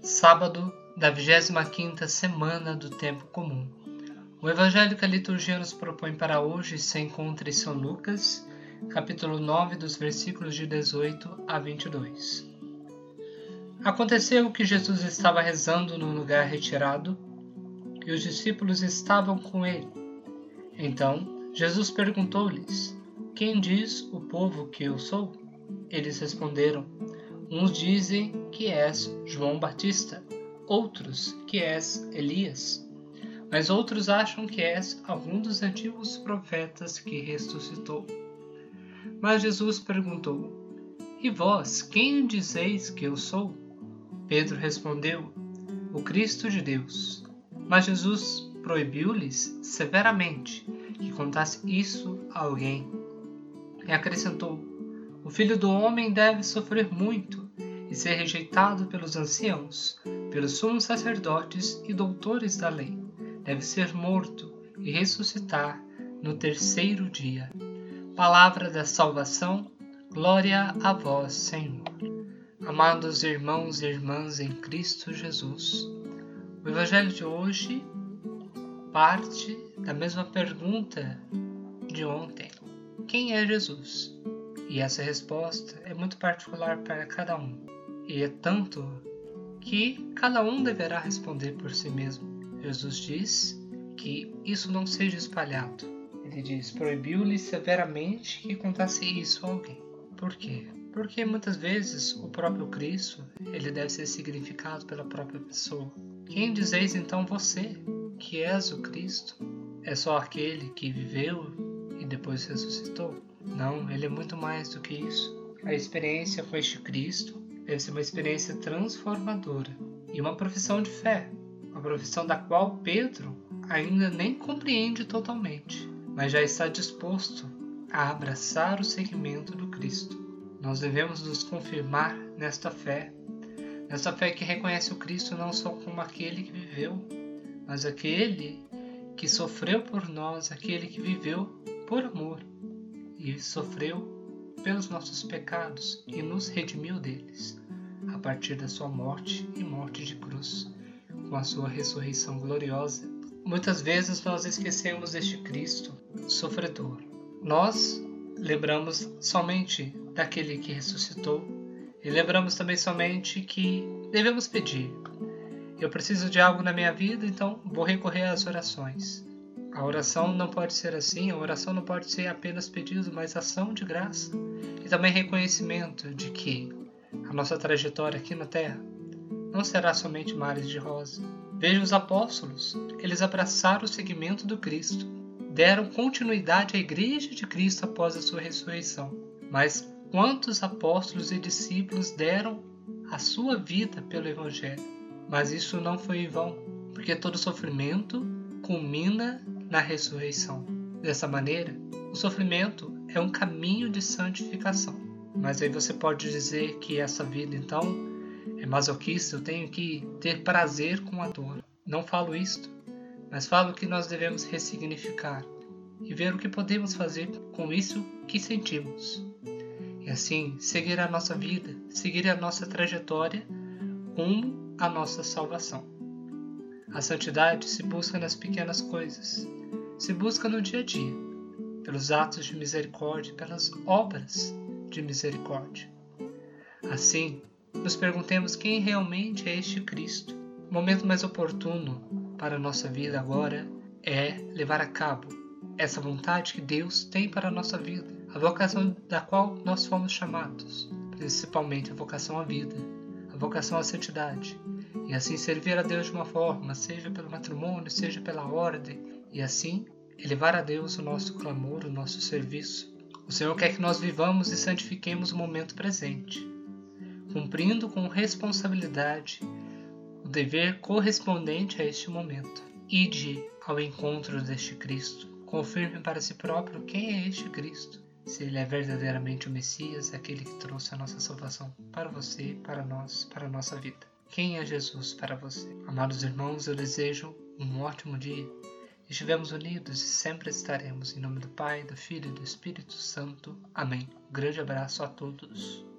Sábado da 25ª semana do Tempo Comum. O evangelho que a liturgia nos propõe para hoje se encontra em São Lucas, capítulo 9, dos versículos de 18 a 22. Aconteceu que Jesus estava rezando num lugar retirado e os discípulos estavam com ele. Então, Jesus perguntou-lhes: "Quem diz o povo que eu sou?" Eles responderam: "Uns dizem que és João Batista, outros que és Elias, mas outros acham que és algum dos antigos profetas que ressuscitou." Mas Jesus perguntou: "E vós, quem dizeis que eu sou?" Pedro respondeu: "O Cristo de Deus." Mas Jesus proibiu-lhes severamente que contasse isso a alguém. E acrescentou: "O Filho do Homem deve sofrer muito e ser rejeitado pelos anciãos, pelos sumos sacerdotes e doutores da lei. Deve ser morto e ressuscitar no terceiro dia." Palavra da salvação, glória a vós, Senhor. Amados irmãos e irmãs em Cristo Jesus, o Evangelho de hoje parte da mesma pergunta de ontem: quem é Jesus? E essa resposta é muito particular para cada um. E é tanto que cada um deverá responder por si mesmo. Jesus diz que isso não seja espalhado. Ele diz: proibiu-lhe severamente que contasse isso a alguém. Por quê? Porque muitas vezes o próprio Cristo, ele deve ser significado pela própria pessoa. Quem dizeis então você que és o Cristo? É só aquele que viveu e depois ressuscitou? Não, ele é muito mais do que isso. A experiência com este Cristo deve ser uma experiência transformadora e uma profissão de fé, uma profissão da qual Pedro ainda nem compreende totalmente, mas já está disposto a abraçar o seguimento do Cristo. Nós devemos nos confirmar nesta fé que reconhece o Cristo não só como aquele que viveu, mas aquele que sofreu por nós, aquele que viveu por amor e sofreu pelos nossos pecados e nos redimiu deles, a partir da sua morte e morte de cruz, com a sua ressurreição gloriosa. Muitas vezes nós esquecemos deste Cristo sofredor. Nós lembramos somente daquele que ressuscitou e lembramos também somente que devemos pedir. Eu preciso de algo na minha vida, então vou recorrer às orações. A oração não pode ser assim, a oração não pode ser apenas pedido, mas ação de graça. E também reconhecimento de que a nossa trajetória aqui na Terra não será somente mares de rosa. Veja os apóstolos, eles abraçaram o seguimento do Cristo, deram continuidade à Igreja de Cristo após a sua ressurreição. Mas quantos apóstolos e discípulos deram a sua vida pelo Evangelho? Mas isso não foi em vão, porque todo sofrimento culmina na ressurreição. Dessa maneira, o sofrimento é um caminho de santificação. Mas aí você pode dizer que essa vida, então, é masoquista, eu tenho que ter prazer com a dor. Não falo isto, mas falo que nós devemos ressignificar e ver o que podemos fazer com isso que sentimos. E assim, seguir a nossa vida, seguir a nossa trajetória rumo à nossa salvação. A santidade se busca nas pequenas coisas, se busca no dia a dia, pelos atos de misericórdia, pelas obras de misericórdia. Assim, nos perguntemos quem realmente é este Cristo. O momento mais oportuno para a nossa vida agora é levar a cabo essa vontade que Deus tem para a nossa vida, a vocação da qual nós fomos chamados, principalmente a vocação à vida, a vocação à santidade, e assim servir a Deus de uma forma, seja pelo matrimônio, seja pela ordem, e assim elevar a Deus o nosso clamor, o nosso serviço. O Senhor quer que nós vivamos e santifiquemos o momento presente, cumprindo com responsabilidade o dever correspondente a este momento. Ide ao encontro deste Cristo, confirme para si próprio quem é este Cristo, se ele é verdadeiramente o Messias, aquele que trouxe a nossa salvação para você, para nós, para a nossa vida. Quem é Jesus para você? Amados irmãos, eu desejo um ótimo dia. Estivemos unidos e sempre estaremos. Em nome do Pai, do Filho e do Espírito Santo. Amém. Um grande abraço a todos.